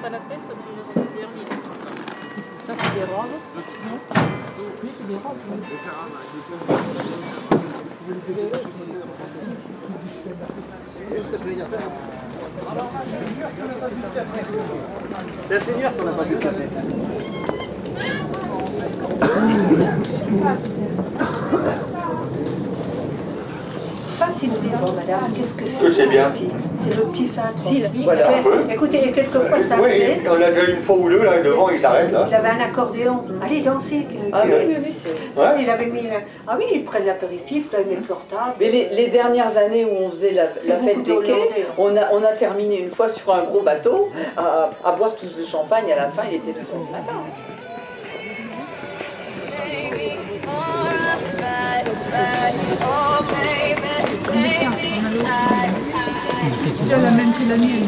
à la pêche, toi, tu les as derniers. Ça, c'est des robes. Oui, c'est des robes. C'est un seigneur qu'on n'a pas bu de café. Madame, qu'est-ce que c'est? C'est bien. C'est le petit Saint-Tranquille. Voilà. Écoutez, et quelquefois ça Oui, fait. on l'a déjà une fois ou deux, là, devant, il s'arrête, là. Il avait un accordéon. Allez danser. Ah oui, c'est... Ouais. Il avait mis. Ah oui, ils prennent l'apéritif, là, ils mettent leur table. Mais les dernières années où on faisait la fête des quais, on a terminé une fois sur un gros bateau à boire tous le champagne. À la fin, il était 2h du matin. Elle a même pris la mienne.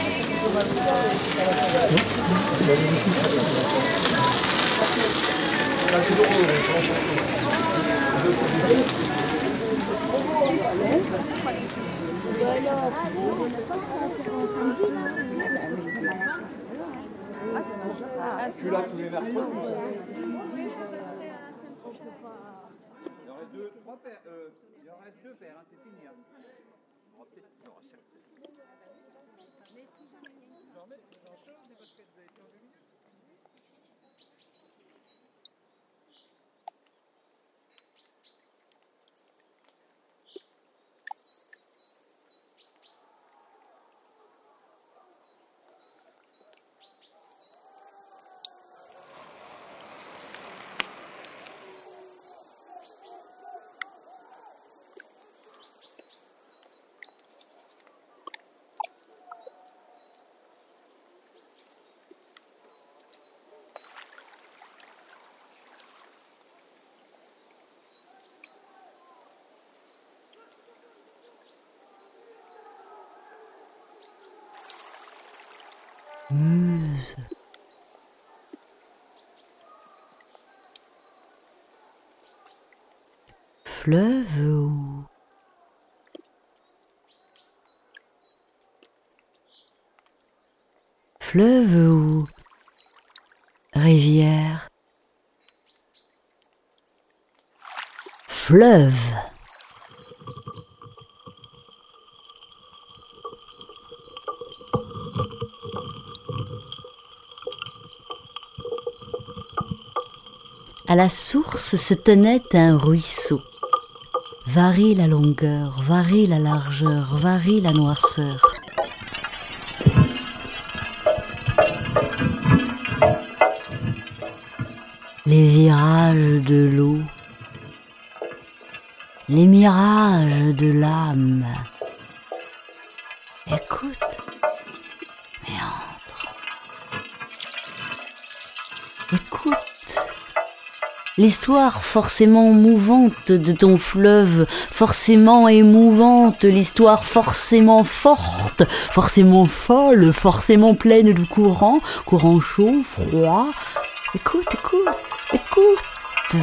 Tu l'as tous les mercredis. Il en reste deux paires, c'est fini. Meuse. Fleuve ou fleuve ou rivière. Fleuve. À la source se tenait un ruisseau. Varie la longueur, varie la largeur, varie la noirceur. Les virages de l'eau, les mirages de l'âme. Écoute, méandre. Écoute. L'histoire forcément mouvante de ton fleuve, forcément émouvante, l'histoire forcément forte, forcément folle, forcément pleine de courant, courant chaud, froid. Écoute, écoute, écoute.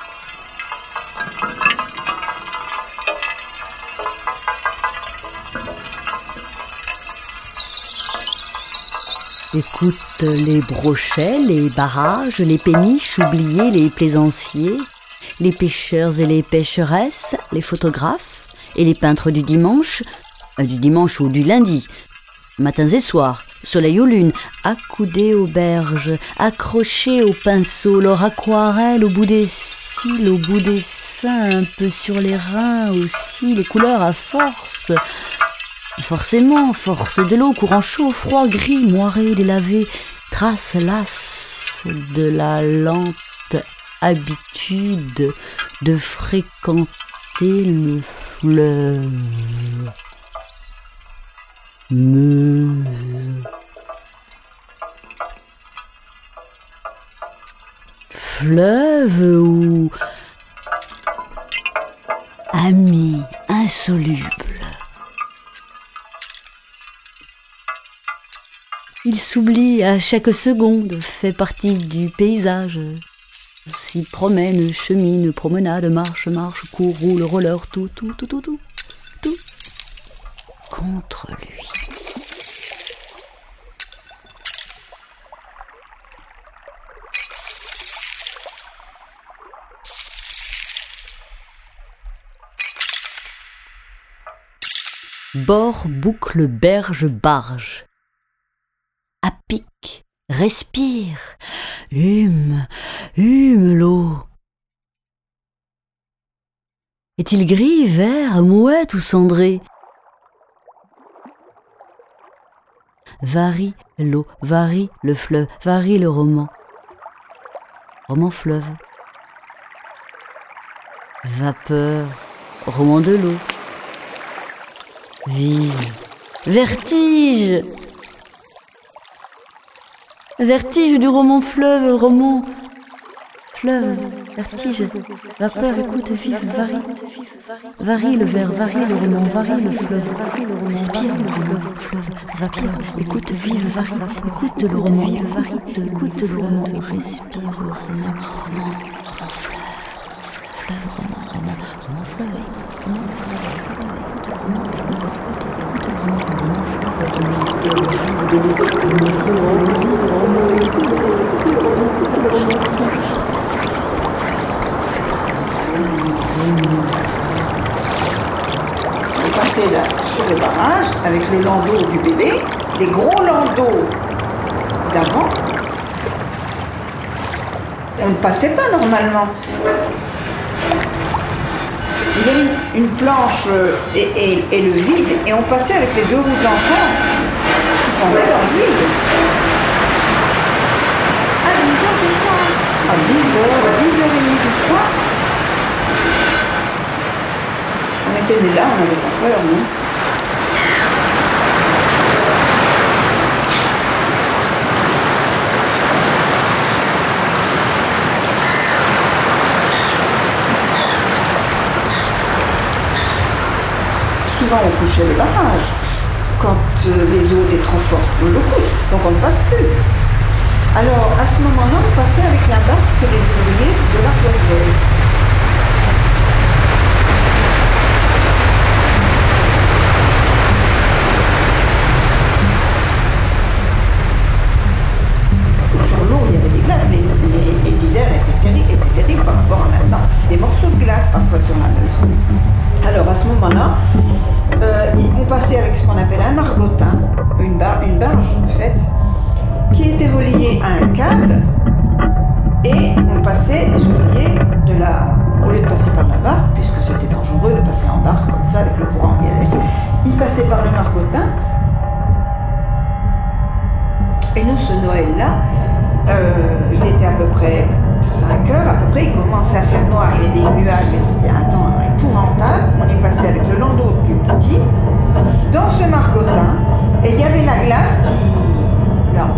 Écoute les brochets, les barrages, les péniches oubliées, les plaisanciers, les pêcheurs et les pêcheresses, les photographes et les peintres du dimanche ou du lundi, matins et soirs, soleil ou lune, accoudés aux berges, accrochés au pinceau, leur aquarelle au bout des cils, au bout des seins, un peu sur les reins aussi, les couleurs à force. Forcément, force de l'eau, courant chaud, froid, gris, moiré, délavé, trace lasse de la lente habitude de fréquenter le fleuve. Meuse. Fleuve ou ami insoluble. Il s'oublie à chaque seconde, fait partie du paysage. S'y promène, chemine, promenade, marche, court, roule, roller, tout. Contre lui. Bord, boucle, berge, barge. À pic, respire, hume l'eau. Est-il gris, vert, mouette ou cendré? Varie l'eau, varie le fleuve, varie le roman. Roman fleuve. Vapeur, roman de l'eau. Vive, vertige. Vertige du roman fleuve, roman fleuve, vertige, vapeur, écoute, vive, varie le verre, varie le roman, varie le fleuve, respire le roman, fleuve, vapeur, écoute, vive, varie, écoute le roman, écoute le fleuve, respire le roman, fleuve, roman, fleuve, On passait là sur le barrage avec le landau du bébé, les gros landaux d'avant. On ne passait pas normalement. Il y avait une planche et le vide, et on passait avec les deux roues de l'enfant qui pendaient dans le vide. À 10h du soir, à 10h30 du soir. On était nés là, on n'avait pas peur, non? Souvent on couchait le barrage. Quand les eaux étaient trop fortes, on le couche, donc on ne passe plus. Alors à ce moment-là, on passait avec la barque des ouvriers de la Poisselle. Sur l'eau, il y avait des glaces, mais les hivers étaient terribles par rapport à maintenant. Des morceaux de glace parfois sur la Meuse. Alors à ce moment-là, on passait avec ce qu'on appelle un margotin, une barge en fait, qui était reliée à un câble, et on passait les ouvriers au lieu de passer par la barque, puisque c'était dangereux de passer en barque comme ça avec le courant qu'il y avait, ils passaient par le margotin. Et nous, ce Noël-là, il était à peu près 5 heures, à peu près, il commençait à faire noir, il y avait des nuages, c'était un temps épouvantable. On est passé avec le landau du petit dans ce margotin, et il y avait la glace qui... là.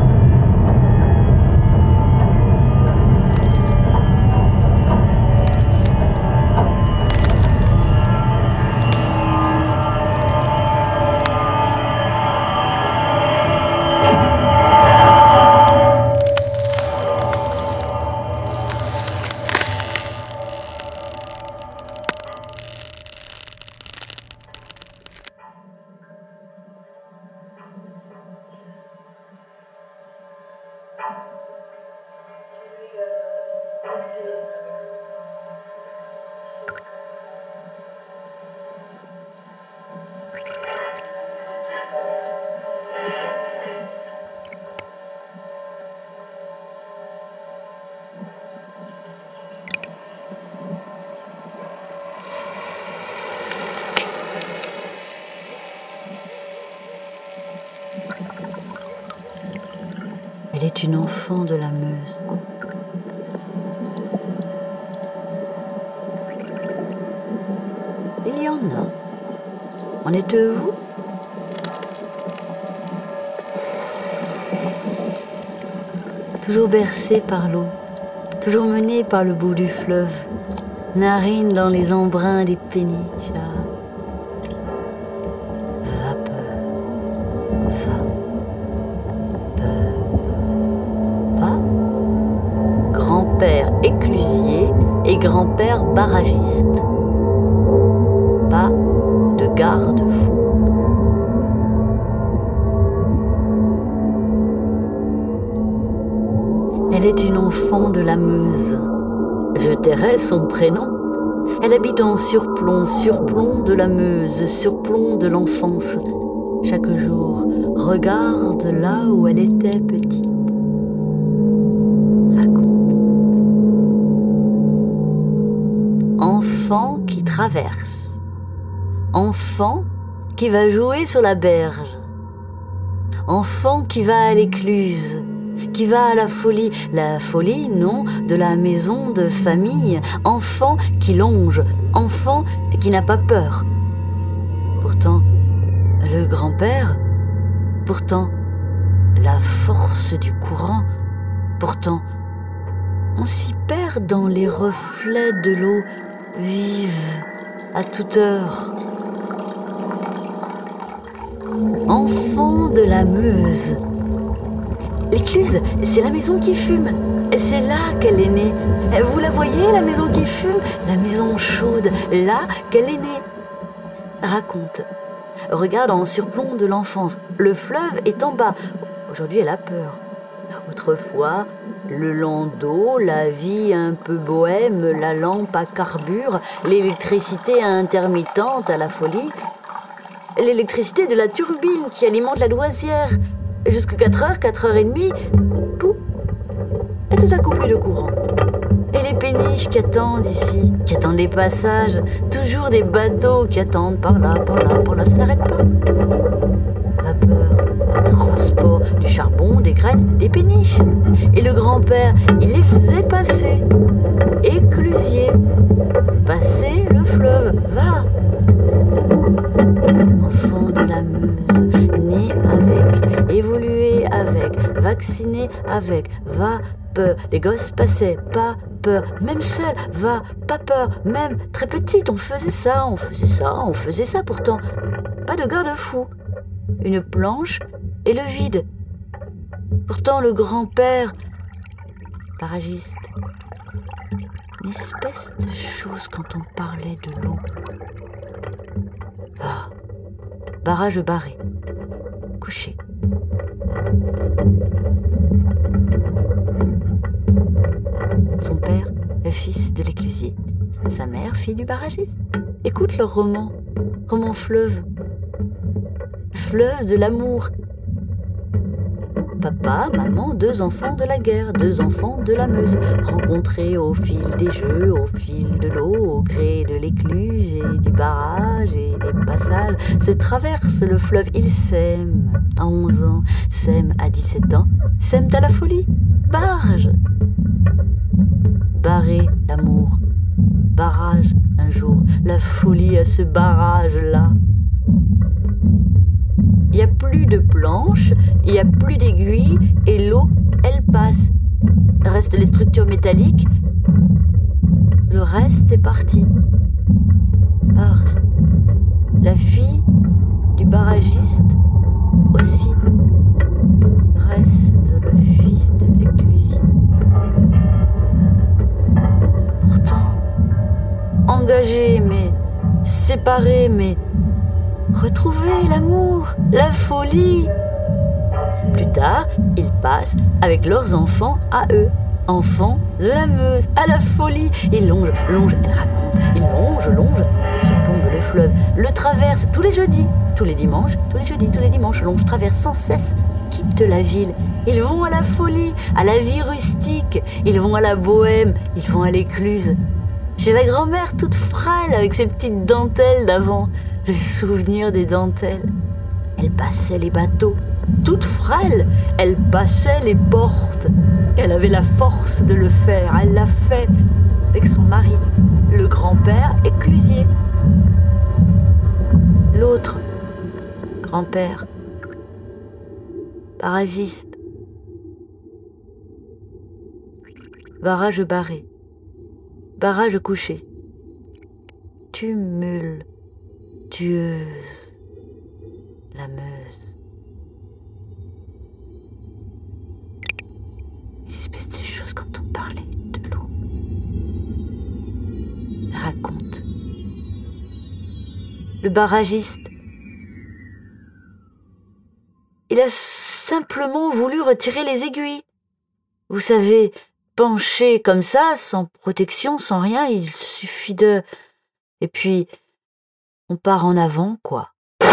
Elle est une enfant de la Meuse. Il y en a. En êtes-vous? Toujours bercée par l'eau, toujours menée par le bout du fleuve, narine dans les embruns des péniches. Grand-père éclusier et grand-père barragiste. Pas de garde-fou. Elle est une enfant de la Meuse. Je tairai son prénom, Elle habite en surplomb de la Meuse, surplomb de l'enfance. Chaque jour, regarde là où elle était petite. Raconte. Enfant qui traverse. Enfant qui va jouer sur la berge. Enfant qui va à l'écluse, qui va à la folie, non, de la maison de famille, enfant qui longe, enfant qui n'a pas peur. Pourtant, le grand-père, pourtant, la force du courant, pourtant, on s'y perd dans les reflets de l'eau vive à toute heure. Enfant de la Meuse. L'écluse, c'est la maison qui fume. C'est là qu'elle est née. Vous la voyez, la maison qui fume? La maison chaude, là qu'elle est née. Raconte. Regarde en surplomb de l'enfance. Le fleuve est en bas. Aujourd'hui, elle a peur. Autrefois, le landau, la vie un peu bohème, la lampe à carbure, l'électricité intermittente à la folie, l'électricité de la turbine qui alimente la douaisière. Jusqu'à 4h, 4h30, pouf, et tout à coup plus de courant. Et les péniches qui attendent ici, qui attendent les passages, toujours des bateaux qui attendent par là, ça n'arrête pas. Vapeur, transport, du charbon, des graines, des péniches. Et le grand-père, il les faisait passer. Éclusier, passer le fleuve, va. Enfant de la Meuse, né avec, évolué avec, vacciné avec, va, peur. Les gosses passaient, pas peur, même seul, va, pas peur, même très petite, on faisait ça pourtant. Pas de garde-fou. Une planche et le vide. Pourtant le grand-père, barragiste, une espèce de chose quand on parlait de l'eau. Va, barrage barré, couché. Son père est fils de l'éclusier, sa mère fille du barragiste. Écoute leur roman fleuve de l'amour. Papa, maman, 2 enfants de la guerre, 2 enfants de la Meuse, rencontrés au fil des jeux, au fil de l'eau, au gré de l'écluse et du barrage et des passages, se traversent le fleuve. Ils s'aiment à 11 ans, s'aiment à 17 ans, s'aiment à la folie. Barge, barrer l'amour, barrage un jour, la folie à ce barrage-là. Il n'y a plus de planches, il n'y a plus d'aiguilles et l'eau, elle passe. Restent les structures métalliques. Le reste est parti. Barge. La fille du barragiste aussi. Reste le fils de l'éclusier. Pourtant, engagé mais séparé mais retrouver l'amour, la folie. Plus tard, ils passent avec leurs enfants à eux, enfants de la Meuse, à la folie. Ils longent, elle raconte, ils longent, surplombent le fleuve, le traversent tous les jeudis, tous les dimanches, longent, traversent sans cesse, quittent la ville. Ils vont à la folie, à la vie rustique, ils vont à la bohème, ils vont à l'écluse. Chez la grand-mère toute frêle avec ses petites dentelles d'avant, le souvenir des dentelles. Elle passait les bateaux, toute frêle, elle passait les portes. Elle avait la force de le faire, elle l'a fait avec son mari, le grand-père éclusier. L'autre, grand-père, barragiste. Barrage barré. Barrage couché, tumultueuse, la Meuse. Une espèce de chose quand on parlait de l'eau. Raconte. Le barragiste, il a simplement voulu retirer les aiguilles. Vous savez, pencher comme ça, sans protection, sans rien, il suffit de... Et puis, on part en avant, quoi.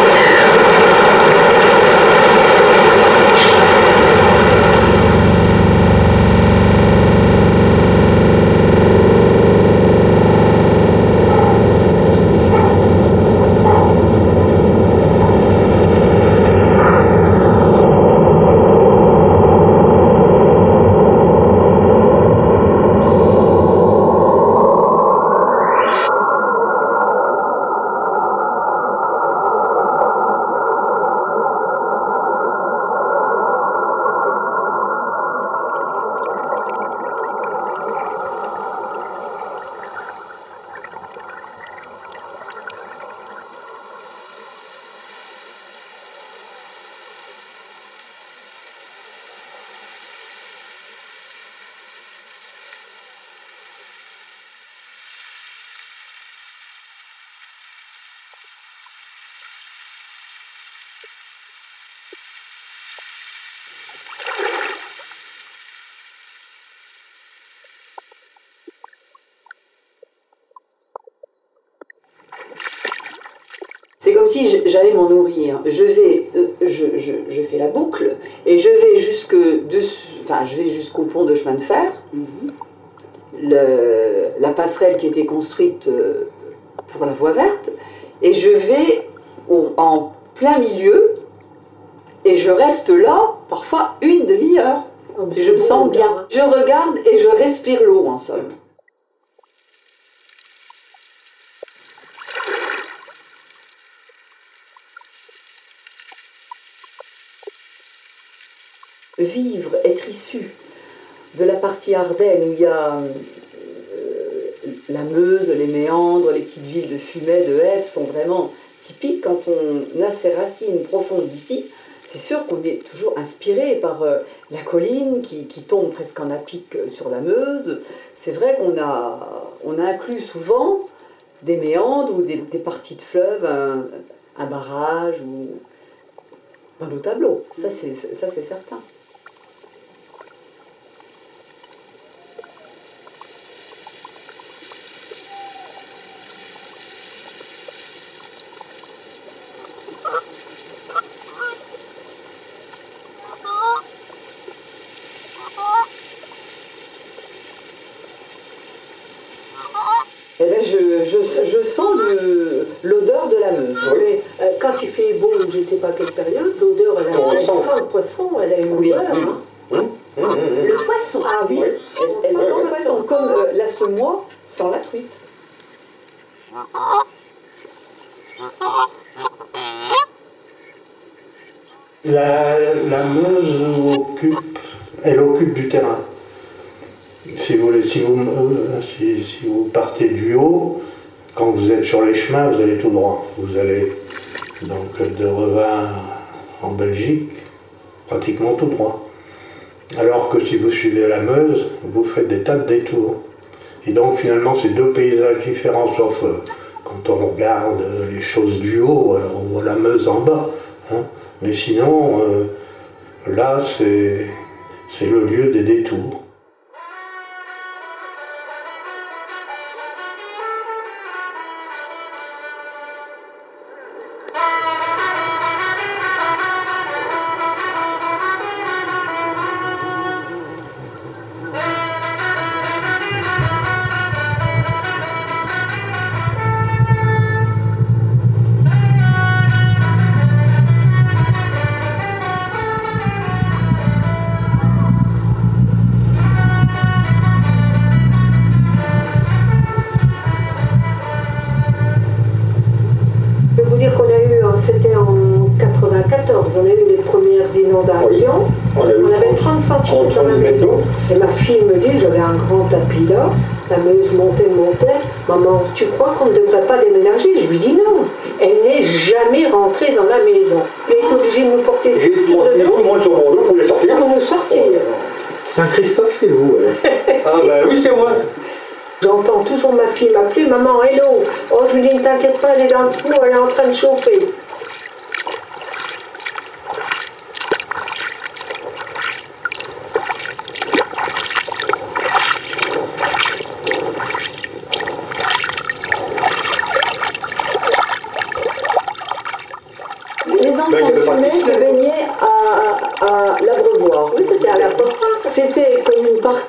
C'est comme si j'allais m'en nourrir. Je fais la boucle et je vais jusqu'au pont de chemin de fer, la passerelle qui était construite pour la voie verte, et je vais en plein milieu et je reste là parfois une demi-heure. Je me sens bien. Je regarde et je respire l'eau en somme. Vivre, être issu de la partie Ardennes où il y a la Meuse, les méandres, les petites villes de Fumay, de Ève sont vraiment typiques. Quand on a ses racines profondes d'ici, c'est sûr qu'on est toujours inspiré par la colline qui tombe presque en à-pic sur la Meuse. C'est vrai qu'on a inclus souvent des méandres ou des parties de fleuve, un barrage ou dans nos tableaux. Ça c'est certain. Et là, je sens l'odeur de la Meuse. Mais quand il fait beau, je ne sais pas quelle période, l'odeur, elle sent le poisson, elle a une odeur. Hein. Le poisson, ah oui, elle sent le poisson, comme la semoie sent la truite. La Meuse elle occupe du terrain. Si vous partez du haut, quand vous êtes sur les chemins, vous allez tout droit. Vous allez donc de Revin en Belgique, pratiquement tout droit. Alors que si vous suivez la Meuse, vous faites des tas de détours. Et donc finalement, c'est deux paysages différents, sauf quand on regarde les choses du haut, on voit la Meuse en bas. Hein. Mais sinon, là, c'est le lieu des détours. C'était en 94, on a eu les premières inondations. Oui, on avait 30 cm dans la maison. Et ma fille me dit, j'avais un grand tapis là, la Meuse montait. Maman, tu crois qu'on ne devrait pas déménager? Je lui dis non. Elle n'est jamais rentrée dans la maison. Elle est obligée de nous porter sur le dos. Tout le monde sur mon dos pour les sortir. Pour nous sortir. Saint-Christophe, c'est vous. Ah ben oui, c'est moi. J'entends toujours ma fille m'appeler, maman, hello. Oh, je lui dis, ne t'inquiète pas, elle est dans le four, elle est en train de chauffer.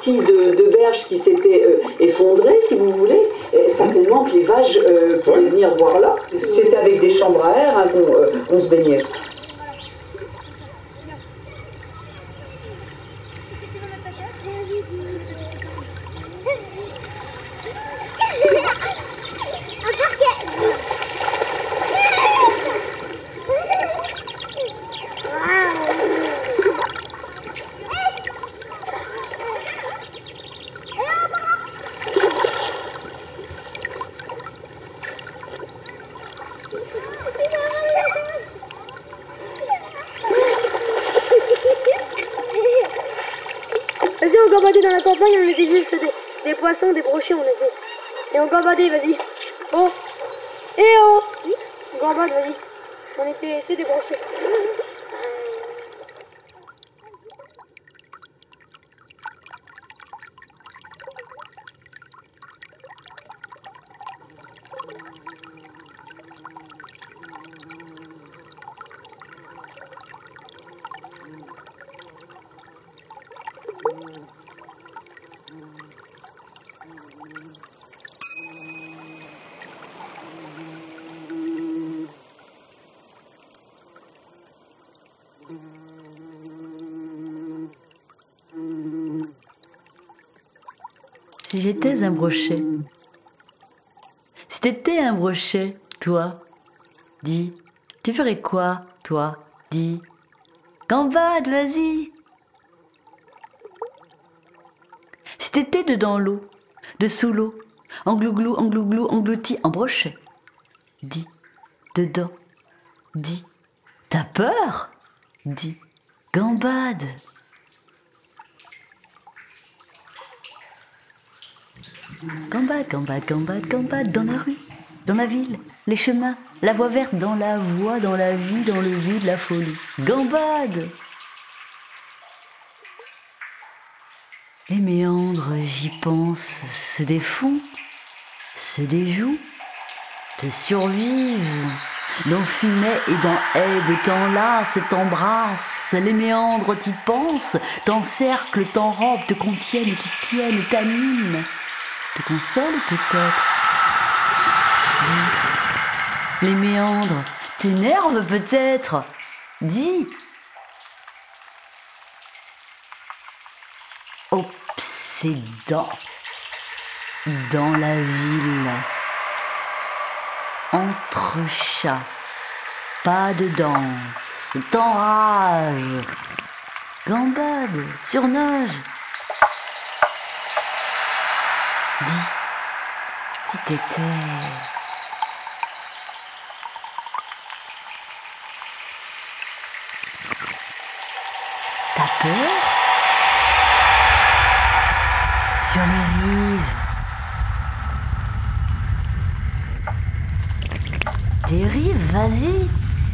partie de berge qui s'était effondrée, si vous voulez. Et certainement que les vaches pouvaient venir voir là. C'était avec des chambres à air hein, qu'on se baignait. Vas-y, on gambadait dans la campagne, on était juste des poissons, des brochets, on était. Et on gambadait, vas-y. Oh. Eh oh. On gambade, vas-y. On était, tu sais, des brochets. Si j'étais un brochet, si t'étais un brochet, toi, dis, tu ferais quoi, toi, dis, gambade, vas-y. Si t'étais dedans l'eau, dessous l'eau, englouglou, englouglou, englouti, en brochet, dis, dedans, dis, t'as peur, dis, gambade. Gambade, gambade, gambade, gambade, dans la rue, dans la ville, les chemins, la voie verte, dans la voie, dans la vie, dans le vide, la folie. Gambade! Les méandres, j'y pense, se défont, se déjouent, te survivent. Dans fumet et dans aide, t'enlace, t'embrasse, les méandres t'y pensent, t'encerclent, t'enrobent, te contiennent, te tiennent, t'animent. Te console peut-être. Dis. Les méandres t'énervent peut-être. Dis. Obsédant dans la ville. Entre chats, pas de danse, t'enrage. Gambade, surnage. Dis, si t'étais... T'as peur? Sur les rives. Des rives, vas-y.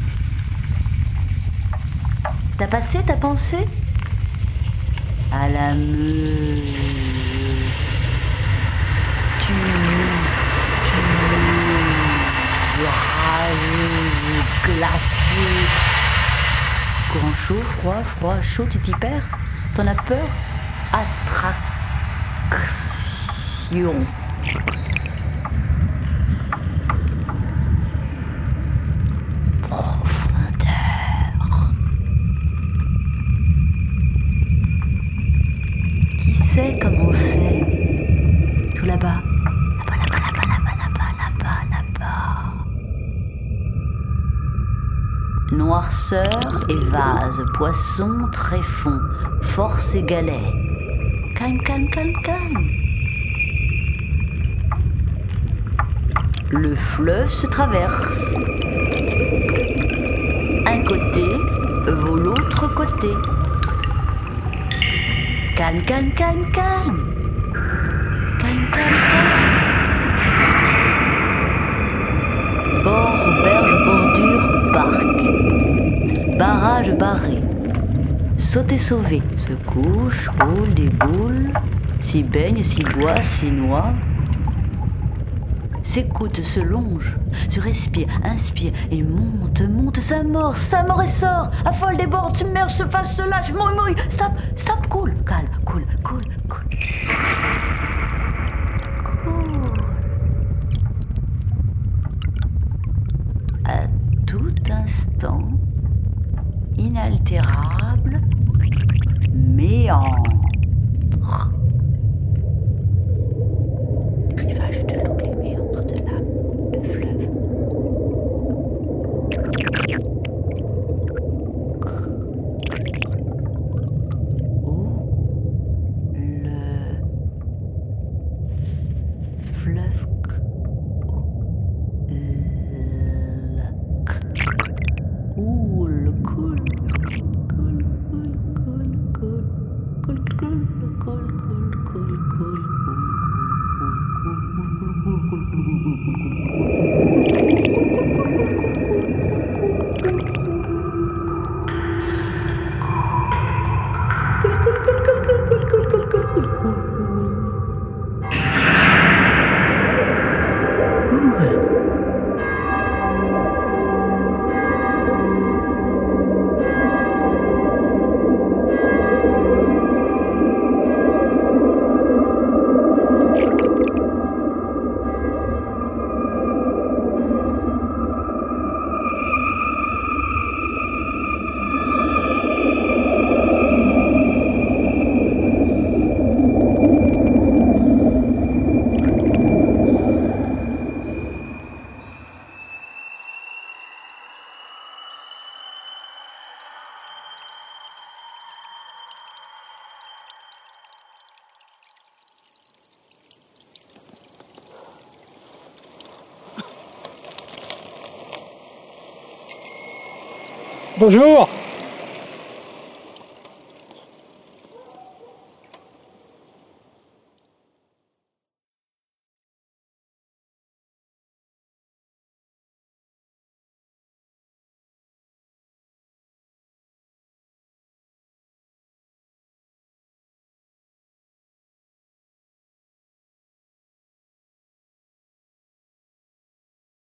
T'as passé, t'as pensé? À la meule. Glacé. Courant chaud, froid, froid, chaud, tu t'y perds? T'en as peur? Attraction. Profondeur. Qui sait comment c'est? Tout là-bas. Noirceur et vase, poisson, tréfond, force et galet. Calme, calme, calme, calme. Le fleuve se traverse. Un côté vaut l'autre côté. Calme, calme, calme, calme. Calme, calme, calme. Bord, berge, bordure, parc. Barrage barré. Sauter sauvé. Se couche, roule, déboule. S'y baigne, s'y boit, s'y noie. s'écoute, se longe, se respire, inspire et monte, monte, s'amorce et sort, affole, déborde, submerge, se fasse, se lâche, mouille, stop, stop, cool, calme, cool. À tout instant, inaltérable, méandre. Rivage de l'eau, les méandres de l'âme, le fleuve. Où le fleuve. Bonjour.